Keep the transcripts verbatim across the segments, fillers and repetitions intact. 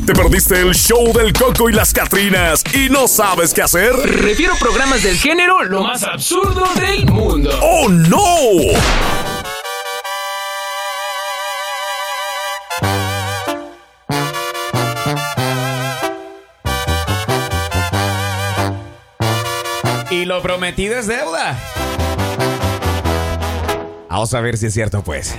¿Te perdiste el show del Coco y las Catrinas y no sabes qué hacer? Refiero programas del género lo más absurdo del mundo. ¡Oh, no! Y lo prometido es deuda. Vamos a ver si es cierto, pues.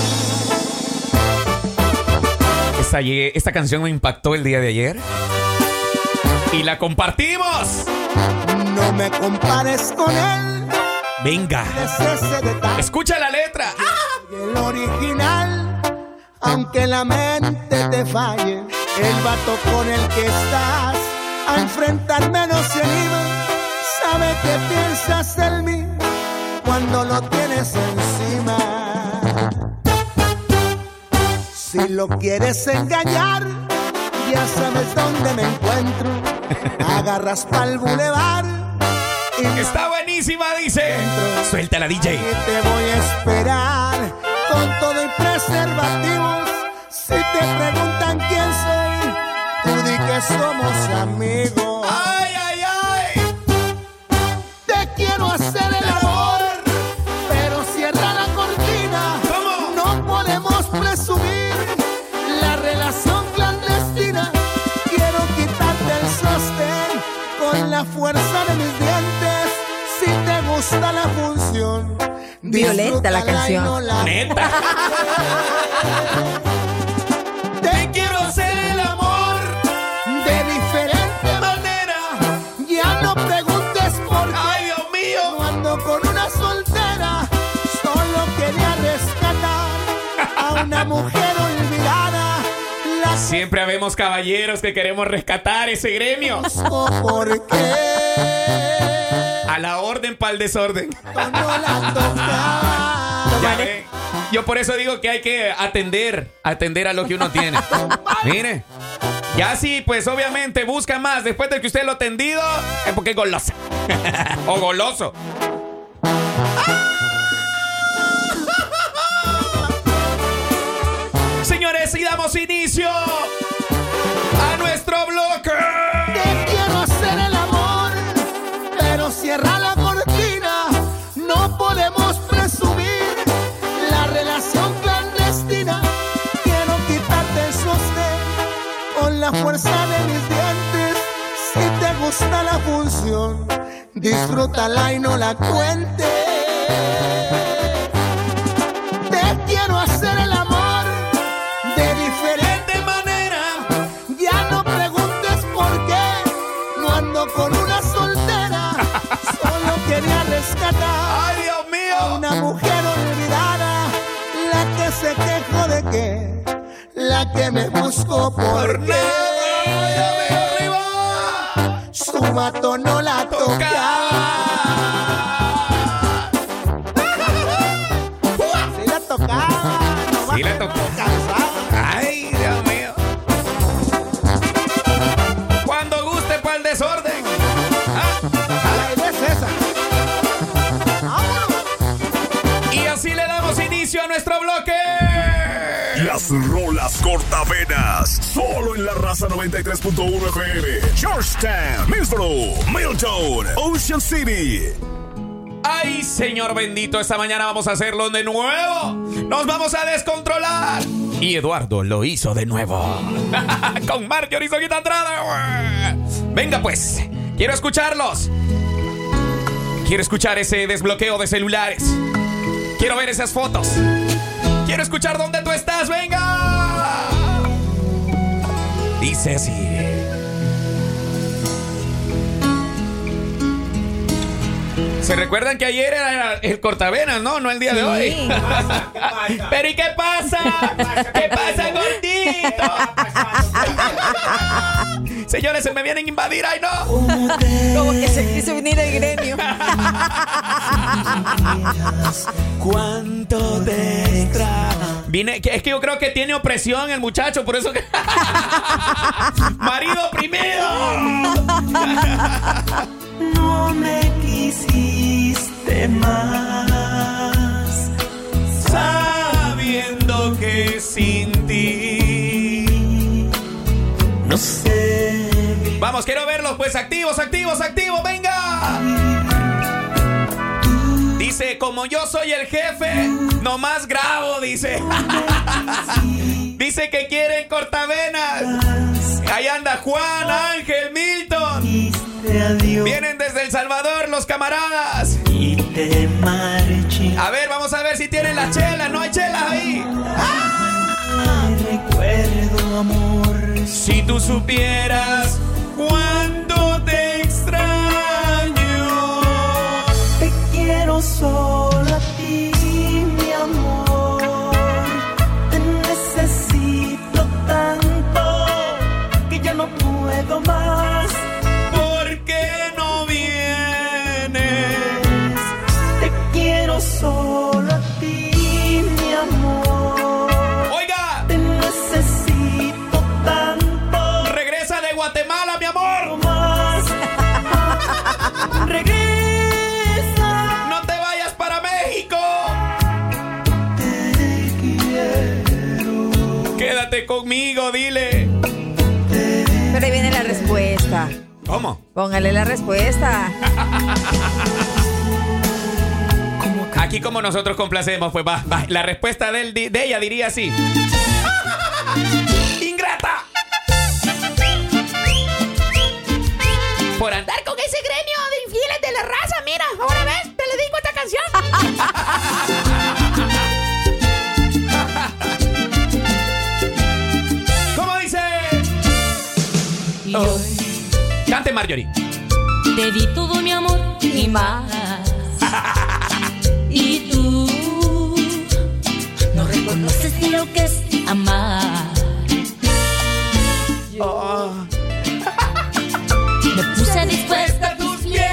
Esta, esta canción me impactó el día de ayer y la compartimos. No me compares con él. Venga, escucha la letra. El original, aunque la mente te falle, el vato con el que estás a enfrentarme no se anima. Sabe que piensas en mí cuando lo tienes encima. Si lo quieres engañar, ya sabes dónde me encuentro. Agarras pa'l bulevar. Está buenísima, dice. Suéltala, D J. Y te voy a esperar con todo y preservativos. Si te preguntan quién soy, tú di que somos amigos. Ay, ay, ay. Te quiero hacer el amor, pero cierra la cortina. ¿Cómo? No podemos presumir la relación clandestina. Quiero quitarte el sostén con la fuerza de mis dientes. Si te gusta la función, violenta la canción. No la... Neta. Te quiero hacer el amor de diferente manera. Ya no preguntes por qué. Ay, Dios mío. No ando con una soltera. Solo quería rescatar a una mujer olvidada. La Siempre habemos caballeros que queremos rescatar ese gremio. ¿Por qué? A la orden pa'l desorden. No la tocaba. Ya ve. Yo por eso digo que hay que atender, atender a lo que uno tiene. Mire, ya sí, pues obviamente busca más después de que usted lo ha tendido, es porque es golosa. O goloso. Señores, y damos inicio a nuestro bloque. Te quiero hacer el amor, pero cierra la cortina. No podemos presumir la relación clandestina. Quiero quitarte el sostén con la fuerza de mis dientes. Si te gusta la función, disfrútala y no la cuentes. Te quiero hacer el amor de diferente manera. Ya no preguntes por qué. No ando con una soltera. Solo quería rescatar. ¡Ay, Dios mío! A una mujer olvidada. La que se quejó de que. La que me buscó por, Por qué. nada, ya veo arriba. Su vato no la tocaba. Sí la tocaba. Sí la tocó. Ay, Dios mío. Cuando guste pa'l desorden. La idea es esa. ¡Vámonos! Y así le damos inicio a nuestro bloque. Las rolas cortavenas, solo en la Raza noventa y tres punto uno F M. Georgetown, Middlesboro, Milton, Ocean City. Ay, Señor bendito, esta mañana vamos a hacerlo de nuevo. Nos vamos a descontrolar. Y Eduardo lo hizo de nuevo. Con Marjorie Soguita Andrade. Venga pues, quiero escucharlos. Quiero escuchar ese desbloqueo de celulares. Quiero ver esas fotos. Quiero escuchar dónde tú estás, venga. Dice así. ¿Se recuerdan que ayer era el cortavenas, no? No el día de Sí. hoy. Pero ¿y qué pasa? ¿Qué pasa, gordito? Señores, se me vienen a invadir, ¡ay no! Como que se quiso unir el gremio. ¿Cuánto te extraño? Vine, que- es que yo creo que tiene opresión el muchacho, por eso que... ¡Marido oprimido! No me quisiste más, Sabiendo que sin ti no sé. Vamos, quiero verlos, pues activos, activos, activos, venga. Dice, como yo soy el jefe, nomás grabo, dice. Dice que quieren cortavenas. Ahí anda Juan, Ángel, Milton. Vienen desde El Salvador los camaradas. Y te marché. A ver, vamos a ver si tienen las chelas. No hay chelas ahí. ¡Ah! Recuerdo, amor. Si tú supieras cuánto te extraño. Te quiero solo a ti, mi amor. Te necesito tanto que ya no puedo más. ¿Por qué no vienes? Te quiero solo a ti, mi amor. Oiga, te necesito tanto. Regresa de Guatemala, mi amor. Más. Regresa. No te vayas para México. Te quiero. Quédate conmigo, dile. Pero ahí viene la respuesta. ¿Cómo? Póngale la respuesta. Aquí como nosotros complacemos, pues va, va. La respuesta de, él, de ella diría así. ¡Ingrata! Por andar con ese gremio de infieles de la raza, mira, ahora ves, te le digo esta canción. ¿Cómo dice? Oh. Cante, Marjorie. Te di todo mi amor y más. Y tú no reconoces ni lo que es amar. Oh. Me puse dispuesta a tus pies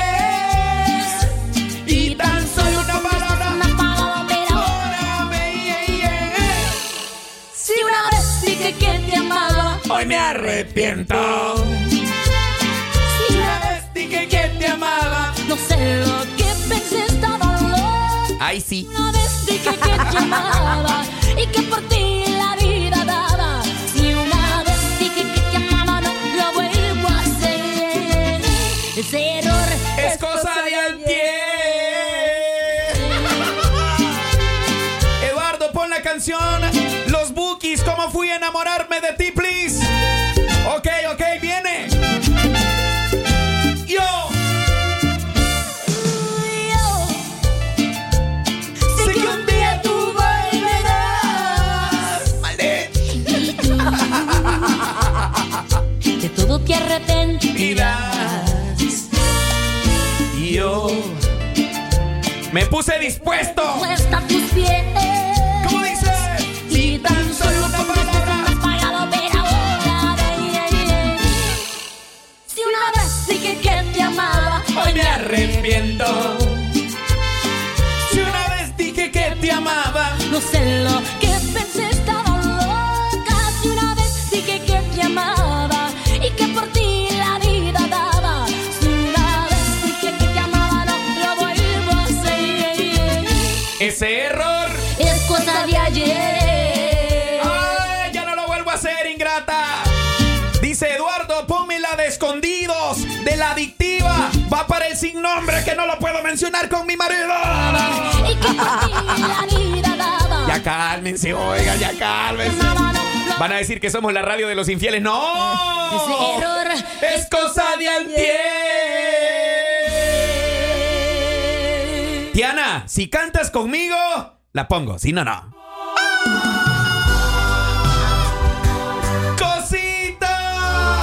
Y tan solo una palabra. una palabra, pero Ahora me, yeah, yeah. si una vez dije que te amaba, Hoy me arrepiento. si una vez Dije que te amaba. no sé lo que pensé, estaba loca. Ay, sí. Una vez dije que te amaba y que por ti la vida daba. Si una vez dije que te amaba, no lo vuelvo a hacer. Ese error Es cosa de antier. Eduardo, pon la canción Los Bookies, ¿cómo fui a enamorarme de ti, please? Ok, ok, viene. Yo. yo. Sé que un día tú volverás Maldito. y tú de todo te arrepentirás. Yo me puse dispuesto. Puesta a tus pies. ¿Cómo dice? Y tan solo una palabra has pagado, pero ahora de si una vez dije que te amaba, Hoy me arrepiento. Si una vez dije que te amaba. no sé lo que pensé, estaba loca. Si una vez dije que te amaba y que por ti la vida daba. Si una vez dije que te amaba, no lo vuelvo a hacer. Ese error. Es cosa de ayer. Ay, ya no lo vuelvo a hacer, ingrata. Dice Eduardo, ponme la de Escondidos, de La Adictiva. Va para el sin nombre que no lo puedo mencionar con mi marido. Y que por ti la vida daba. Ya cálmense, oiga, ya cálmense. Van a decir que somos la radio de los infieles. ¡No! Ese error Es cosa de antier. Tiana, si cantas conmigo, la pongo. Si no, no. ¡Cosita!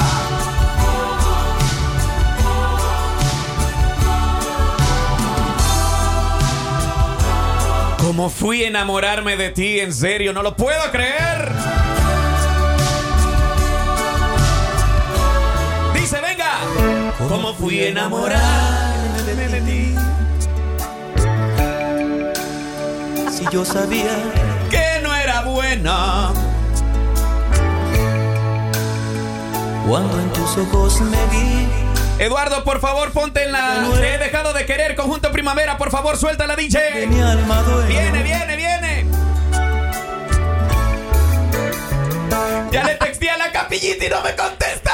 ¿Cómo fui a enamorarme de ti? En serio, no lo puedo creer. Dice, venga. ¿Cómo fui a enamorarme de ti? Si yo sabía Que no era buena. cuando en tus ojos me vi. Eduardo, por favor, ponte en la... Te he dejado de querer, Conjunto Primavera. Por favor, suelta la D J. De mi alma duele. Viene, viene, viene. Ya le texté a la Capillita y no me contesta.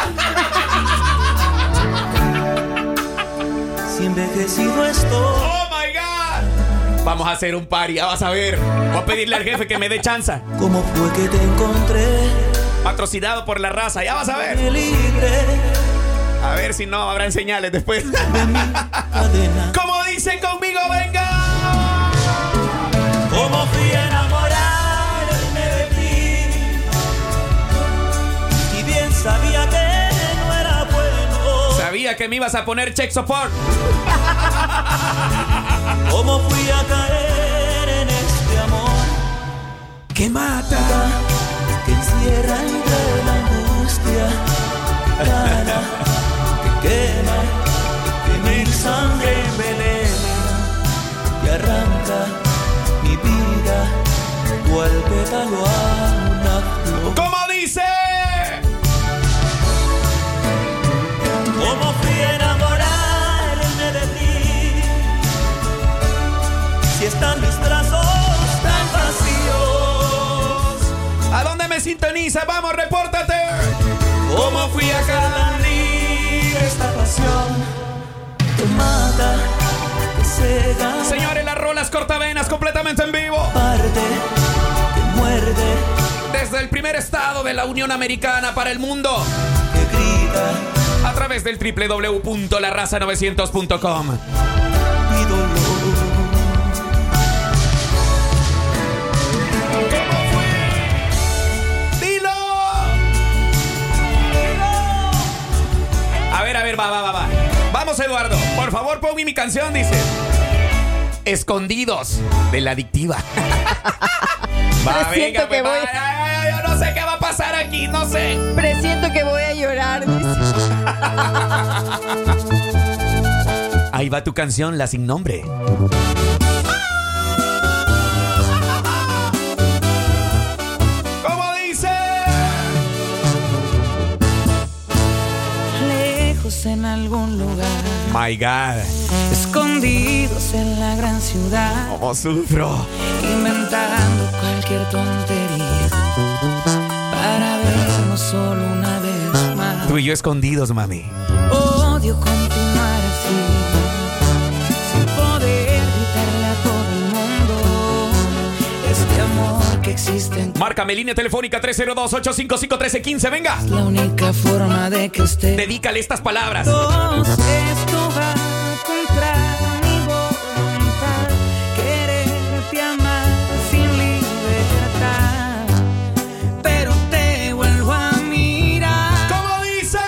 envejecido estoy. ¡Oh, my God! Vamos a hacer un party, ya vas a ver. Voy a pedirle al jefe que me dé chanza. ¿Cómo fue que te encontré? Patrocinado por la raza, ya vas a ver. Libre. A ver si no habrán señales después. Como dice conmigo, venga. ¿Cómo fui a enamorarme de ti? Y bien sabía que no era bueno. Sabía que me ibas a poner check support. ¿Cómo fui a caer en este amor que mata, que encierra entre la angustia, cara, que quema, que mi sangre envenena y arranca mi vida cual pétalo a una flor? ¿Cómo dice? ¿Cómo fui a enamorarme de ti? Si están mis brazos tan vacíos. ¿A dónde me sintoniza? Vamos, repórtate. ¿Cómo fui a calar esta pasión? Que mata, que cega. Señores, las rolas cortavenas completamente en vivo. Parte, que muerde. Desde el primer estado de la Unión Americana para el mundo. Que grita. A través del doble u doble u doble u punto la raza novecientos punto com. Mi dolor. ¿Cómo fue? ¡Dilo! ¡Dilo! A ver, a ver, va, va, va, va. Vamos, Eduardo. Por favor, ponme mi canción, dice. Escondidos de la adictiva. Va, venga, pues, voy... va. Ay, yo no sé qué va a pasar aquí, no sé. Presiento que voy a llorar, dice. Ahí va tu canción, la sin nombre. ¿Cómo dice? Lejos en algún lugar, My God. escondidos en la gran ciudad, ¿Cómo sufro? inventando cualquier tontería para vernos solo una vez más. Tú y yo escondidos, mami. Odio continuar así, sin poder gritarle a todo el mundo este amor que existe en... Márcame, línea telefónica tres cero dos, ocho cinco cinco, uno tres uno cinco. Venga. La única forma de que esté. Dedícale estas palabras. Esto va contra mi voluntad, quererte amar sin libertad, pero te vuelvo a mirar. ¿Cómo dice?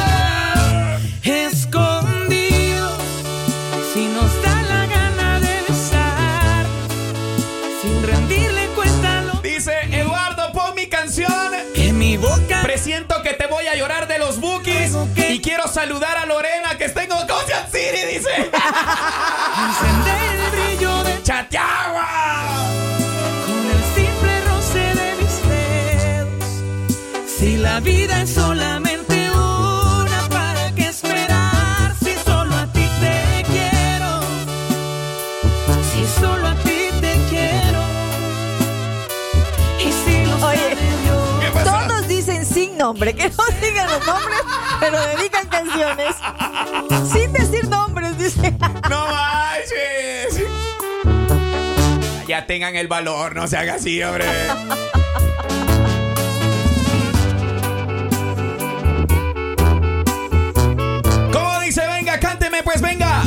Escondidos, si nos da la gana de besar, sin rendirle cuenta lo Dice Eduardo, pon mi canción. que mi boca. Presiento que te voy a llorar de los Bookies. Y quiero saludar a Lorena, que está en Ocean City, dice. Encender el brillo de ¡Chateagua! con el simple roce de mis dedos. Si la vida es solamente una, ¿para qué esperar? Si solo a ti te quiero, si solo a ti te quiero. Y si lo Oye, sabe yo. ¿Qué pasa? Todos dicen sin nombre, que no digan los nombres, pero dedican canciones sin decir nombres, dice. ¡No manches! Ya tengan el valor, no se haga así, hombre. ¿Cómo dice? Venga, cánteme, pues, venga.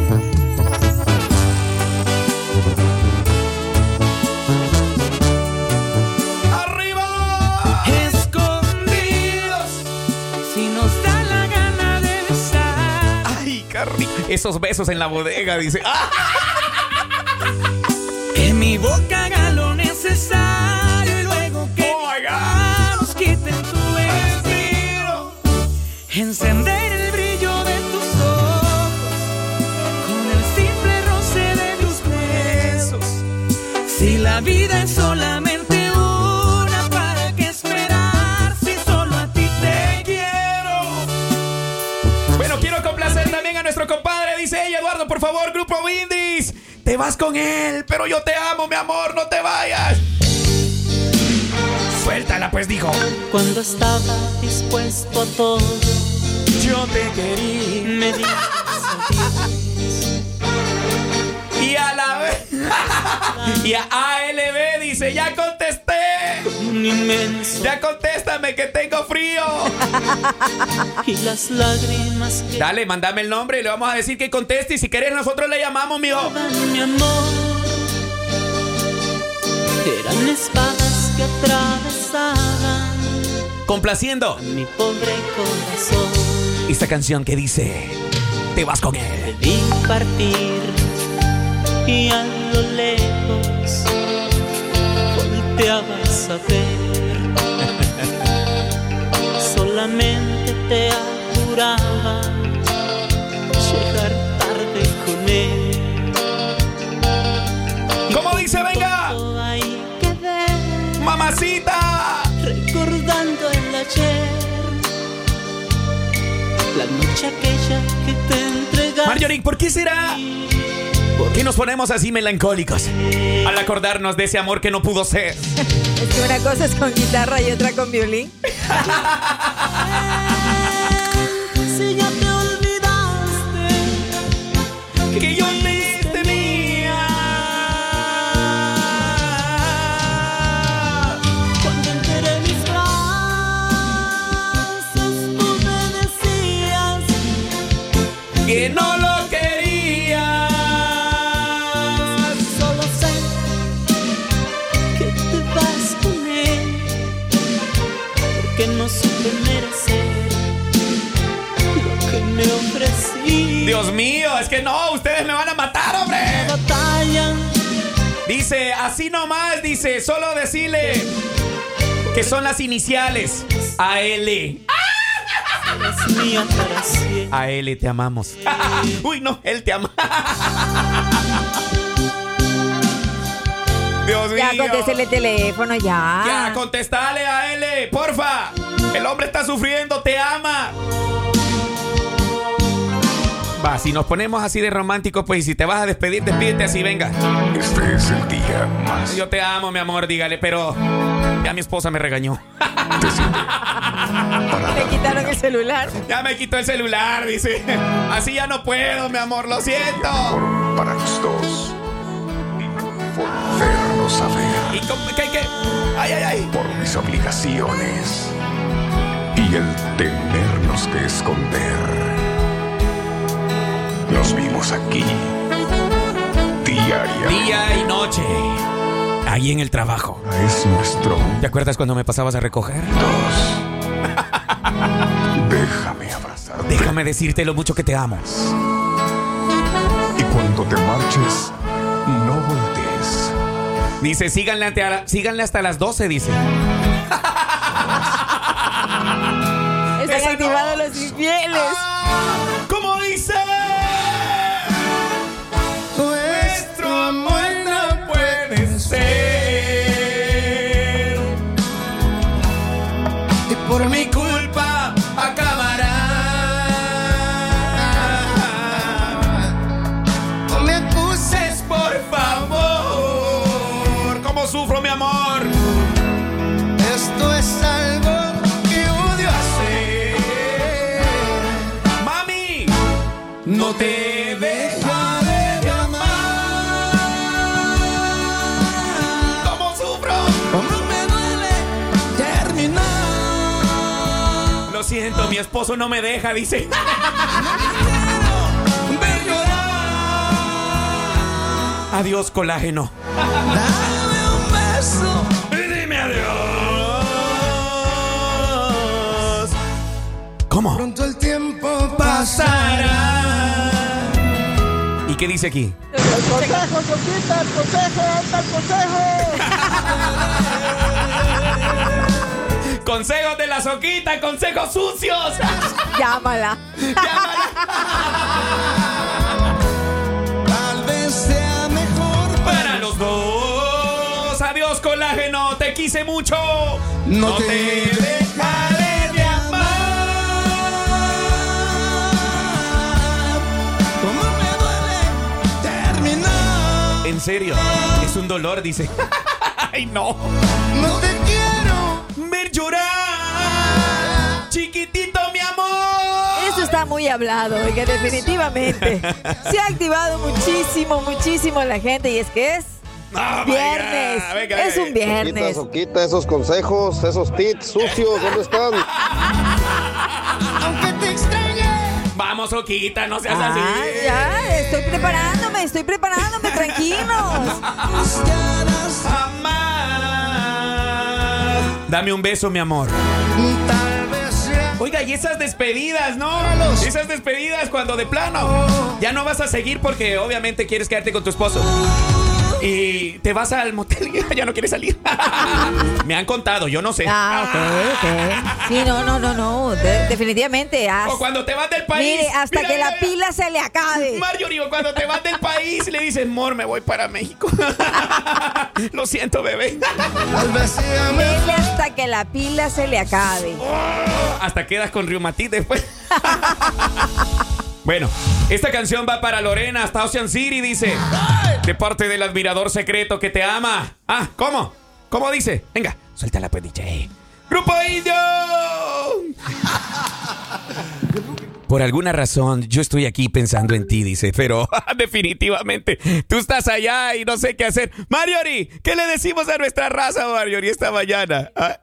¡Arriba! Escondidos, si nos da la gana de besar. ¡Ay, qué rico! Esos besos en la bodega, dice. ¡Ah! Que mi boca haga lo necesario y luego que Oh, my mis God. manos quiten tu vestido. Encender el brillo de tus ojos con el simple roce de mis besos. Si la vida es solamente una, ¿para qué esperar? Si solo a ti te quiero. Bueno, quiero complacer también a nuestro compadre. Dice, hey, Eduardo, por favor, Grupo Windys. Te vas con él, pero yo te amo, mi amor, no te vayas. Suéltala, pues, dijo. Cuando estaba dispuesto a todo, Yo te quería. me dices adiós. Y a A L B dice, ya contesté. Un inmenso. Ya contéstame que tengo frío. Y las lágrimas que Dale, mándame el nombre y le vamos a decir que conteste. Y si querés nosotros le llamamos, mijo. mi amor eran espadas que atravesaban Complaciendo mi pobre corazón. esta canción que dice, te vas con él. Vi partir y a lo lejos volteabas a ver. Solamente te apuraba llegar tarde con él. ¿Cómo dice? Venga. Ahí quedé Mamacita. recordando el ayer, la noche aquella que te entregaste. Marjorie, ¿por qué será que nos ponemos así melancólicos al acordarnos de ese amor que no pudo ser? Es que una cosa es con guitarra y otra con violín. Si ya te olvidaste Que yo te tenía. cuando enteré mis brazos, tú me decías Que no lo querías. solo sé que te vas con él, porque no supe merecer lo que me ofrecí. Dios mío, es que no, ustedes me van a matar, hombre. Batalla Dice, así nomás, dice, solo decirle que son las iniciales. A L. es mía para siempre. A L te amamos. Uy, no, él te ama. Dios mío. Ya contéstele el teléfono, ya. Ya, contestale a L, porfa. El hombre está sufriendo, te ama. Va, si nos ponemos así de románticos, pues, y si te vas a despedir, despídete así, venga. Este es el día más. Yo te amo, mi amor, dígale, pero ya mi esposa me regañó. Le quitaron el celular. Ya me quitó el celular, dice. Así ya no puedo, mi amor, lo siento. Por- para los dos. Volvernos a ver. ¿Y cómo? ¿Qué, qué? Ay, ay, ay. Por mis obligaciones. Y el tenernos que esconder. Nos vimos aquí. Diaria. Día y noche. Ahí en el trabajo. Es nuestro ¿Te acuerdas cuando me pasabas a recoger? dos. Déjame abrazarte. Déjame decirte lo mucho que te amo. Y cuando te marches, no voltees. Dice, síganle, ante- síganle hasta las doce, dice. Están Esa activados no. los infieles. ¿Cómo dice? Nuestro amor no puede ser. Y por mi culpa acabará. No me acuses, por favor. ¿Cómo sufro, mi amor? Esto es algo que odio hacer. Mami, no te dejaré de amar. ¿Cómo sufro? ¿Cómo me duele terminar? Lo siento, mi esposo no me deja, dice. Ver llorar. Adiós, colágeno. Dame un beso y dime adiós. ¿Cómo? Pronto el tiempo pasará. ¿Y qué dice aquí? Consejo, Soquita, el consejo, anda el consejo. Consejos de la Soquita, consejos sucios. Llámala. Tal vez sea mejor Para los dos. Adiós, colágeno. Te quise mucho. No, te, dejaré de amar. Como me duele terminar. En serio, es un dolor, dice. Ay, no. No te quiero Ver llorar. Chiquitito, mi amor. Eso está muy hablado, oiga, definitivamente. Se ha activado muchísimo, muchísimo la gente y es que es Oh, viernes. God. Venga, es venga. un viernes. Soquita, Soquita, esos consejos, esos tips sucios, ¿dónde están? Aunque te extrañe. Vamos, Soquita, no seas Ah, así. ya, estoy preparándome, estoy preparándome, tranquilos. Amar. Dame un beso, mi amor. Tal vez sea. Oiga, y esas despedidas, ¿no? Esas despedidas cuando de plano ya no vas a seguir porque obviamente quieres quedarte con tu esposo. Y te vas al motel y ya no quieres salir. Me han contado, yo no sé. Ah, ok, ok. Sí, no, no, no, no. De- definitivamente. haz- O cuando te vas del país. Mire, hasta Mira, que mira, la mira. pila se le acabe. Marjorie, o cuando te vas del país le dices, amor, me voy para México. Lo siento, bebé. Tal vez sea mejor. Dele hasta que la pila se le acabe. Hasta quedas con reumatis después. Bueno, esta canción va para Lorena hasta Ocean City, dice. De parte del admirador secreto que te ama. Ah, ¿cómo? ¿Cómo dice? Venga, suéltala pues, D J. ¡Grupo Indio! Por alguna razón, yo estoy aquí pensando en ti, dice. Pero definitivamente, tú estás allá y no sé qué hacer. Marjorie, ¿qué le decimos a nuestra raza, Marjorie, esta mañana? Ah,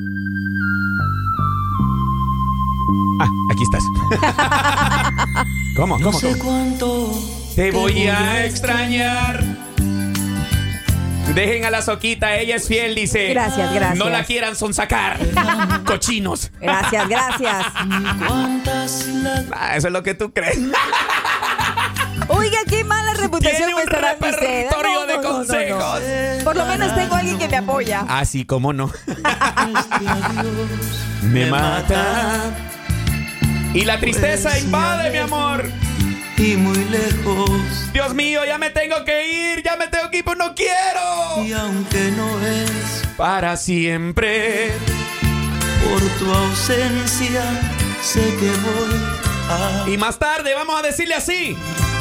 ah aquí estás. ¿Cómo? ¿Cómo? No sé ¿Cómo? cuánto Te voy a extrañar. Dejen a la Soquita, ella es fiel, dice. Gracias, gracias. No la quieran sonsacar. Cochinos. Gracias, gracias. cuántas lágrimas. Ah, eso es lo que tú crees. Oiga, qué mala reputación Tiene me un está dando usted. repertorio No, de no, no, no, consejos. no. Por lo menos tengo a alguien que me apoya. Ah, sí, cómo no. Este adiós Me mata. Y la tristeza Pues, invade, ya mi amor. y muy lejos. Dios mío, ya me tengo que ir. Ya me tengo que ir, pero no quiero. Y aunque no es Para siempre. por tu ausencia, sé que voy a Y más tarde vamos a decirle así.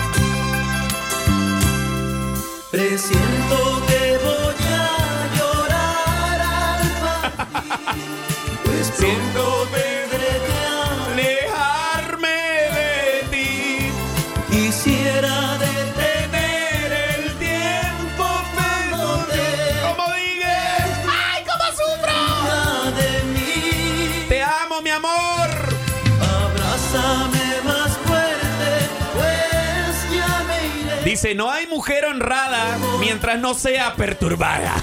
Presiento que voy a llorar al partir, pues Siento tendré que alejarme de ti. quisiera Detener el tiempo, pero como dije. ¡Ay, cómo sufro! de mí. Te amo, mi amor. Abrázame más fuerte, pues ya me iré. Dice, no hay mujer honrada mientras no sea perturbada.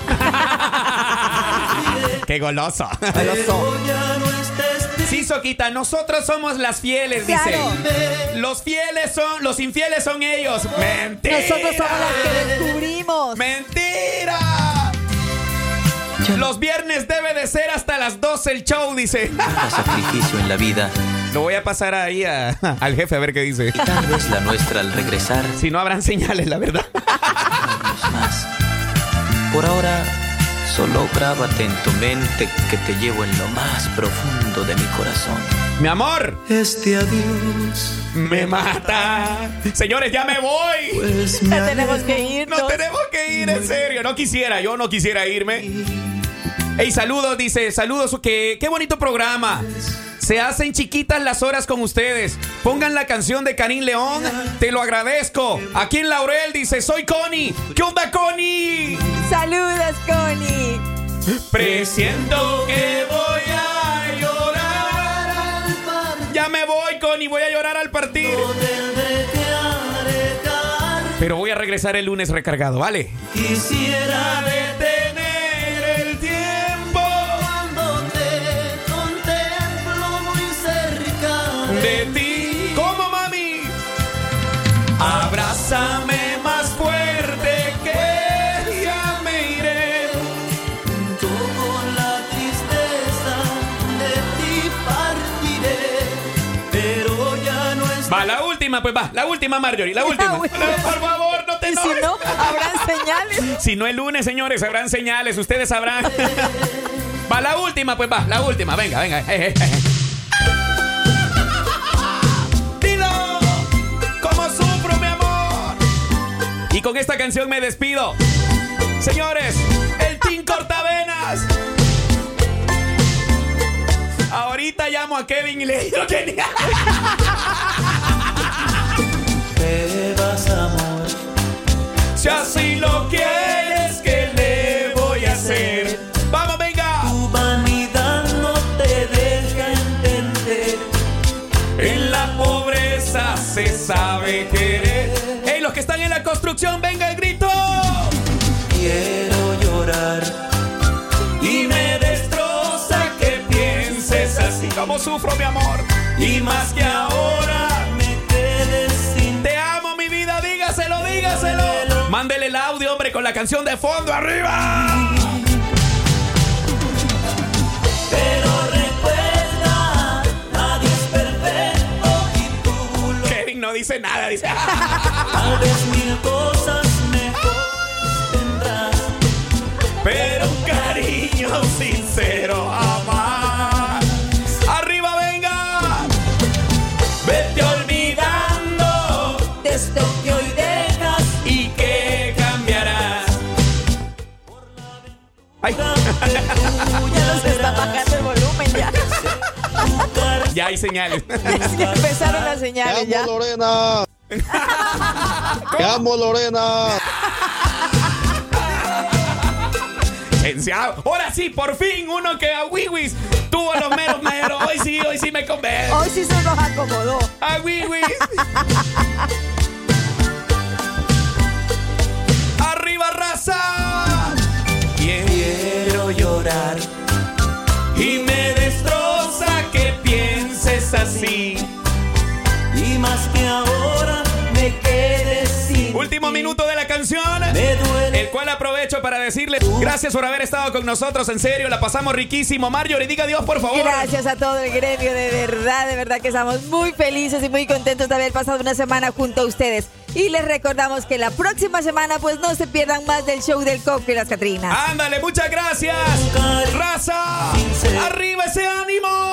¡Qué goloso! Pero ya no estés Sí, Soquita, nosotros somos las fieles, dice. Claro. Los fieles son, los infieles son ellos. ¡Mentira! Nosotros somos las que descubrimos. ¡Mentira! Ya no Los viernes debe de ser hasta las doce el show, dice. habrá sacrificio en la vida. Lo voy a pasar ahí a- al jefe a ver qué dice. Y tal vez la nuestra al regresar Si no habrán señales, la verdad. años más. Por ahora, solo grábate en tu mente que te llevo en lo más profundo de mi corazón. Mi amor, Este adiós, me mata. Señores, ya me voy. pues me Ya tenemos alejo. que irnos. No tenemos que ir, en serio. No quisiera, yo no quisiera irme. Ey, saludos, dice, saludos, que qué bonito programa. Se hacen chiquitas las horas con ustedes. Pongan la canción de Karim León, te lo agradezco. Aquí en Laurel dice, soy Connie. ¿Qué onda, Connie? Saludos, Connie. Presiento que voy a llorar. Ya me voy, Connie, voy a llorar al partir. Tendré que arreglar. Pero voy a regresar el lunes recargado, ¿vale? Quisiera detener el tiempo cuando te contemplo muy cerca de ti. ¿Cómo, mami? Abrázame más fuerte que ya me iré. junto con la tristeza de ti partiré, pero ya no es Va, la última, pues va. La última, Marjorie, la última. última. No, por favor, no te Y si enojes. no, habrán señales. Si no el lunes, señores, habrán señales. Ustedes sabrán. Va, la última, pues va. La última. Venga, venga. Eh, eh, eh. Dilo. ¿Cómo sufro, mi amor? Y con esta canción me despido. Señores, el Team Cortavenas. Ahorita llamo a Kevin y le digo que ni- te vas, amor. Si así lo quieres, se sabe querer. Hey, los que están en la construcción, venga el grito. Quiero llorar Y me destroza que pienses así. Como sufro, mi amor. Y más que ahora me quedé sin. te amo, mi vida, dígaselo, dígaselo. Mándele el audio, hombre, con la canción de fondo arriba. Pero recuerda, nadie es perfecto y tú lo. Kevin no dice nada, dice. Tal vez mil cosas mejor tendrás, Pero un cariño sincero amar. Arriba, venga. Vete olvidando De esto que hoy dejas. y que cambiarás. Ay. Ya nos está bajando el volumen ya. Ya hay señales. Es que empezaron las Te señales amo, ya. Lorena. Te amo, Lorena. Licenciado. Ahora sí, por fin, uno que a Wiwis tuvo los meros meros. Hoy sí, hoy sí me convence. Hoy sí se nos acomodó. A Wiwis. Arriba, raza. quiero llorar. Y me destroza que pienses así. Y más que ahora me quedé sin. Último minuto de la canción, Me duele. el cual aprovecho para decirles gracias por haber estado con nosotros. En serio, la pasamos riquísimo. Marjorie, diga adiós, por favor. Gracias a todo el gremio, de verdad, de verdad que estamos muy felices y muy contentos de haber pasado una semana junto a ustedes. Y les recordamos que la próxima semana pues no se pierdan más del show del Coco y las Catrinas. Ándale, muchas gracias. Raza, arriba ese ánimo.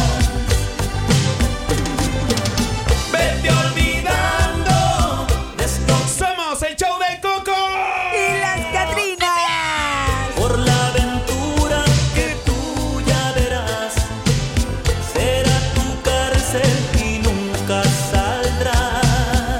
Vete olvidando. Somos el show del Coco y las Catrinas. Por la aventura que tú ya verás, será tu cárcel y nunca saldrás.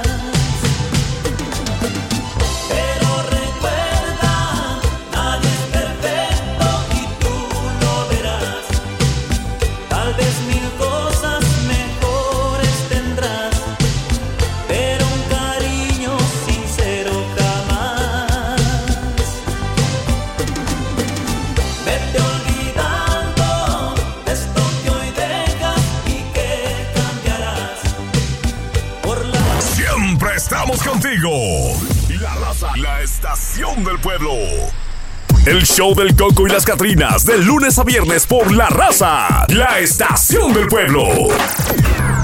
Pero recuerda, nadie es perfecto y tú lo verás. Tal vez mil cosas mejores tendrás, pero un cariño sincero jamás. Vete olvidando de esto que hoy dejas y que cambiarás por la. Siempre estamos contigo. La raza, la estación del pueblo. El show del Coco y las Catrinas, de lunes a viernes por La Raza, la estación del pueblo.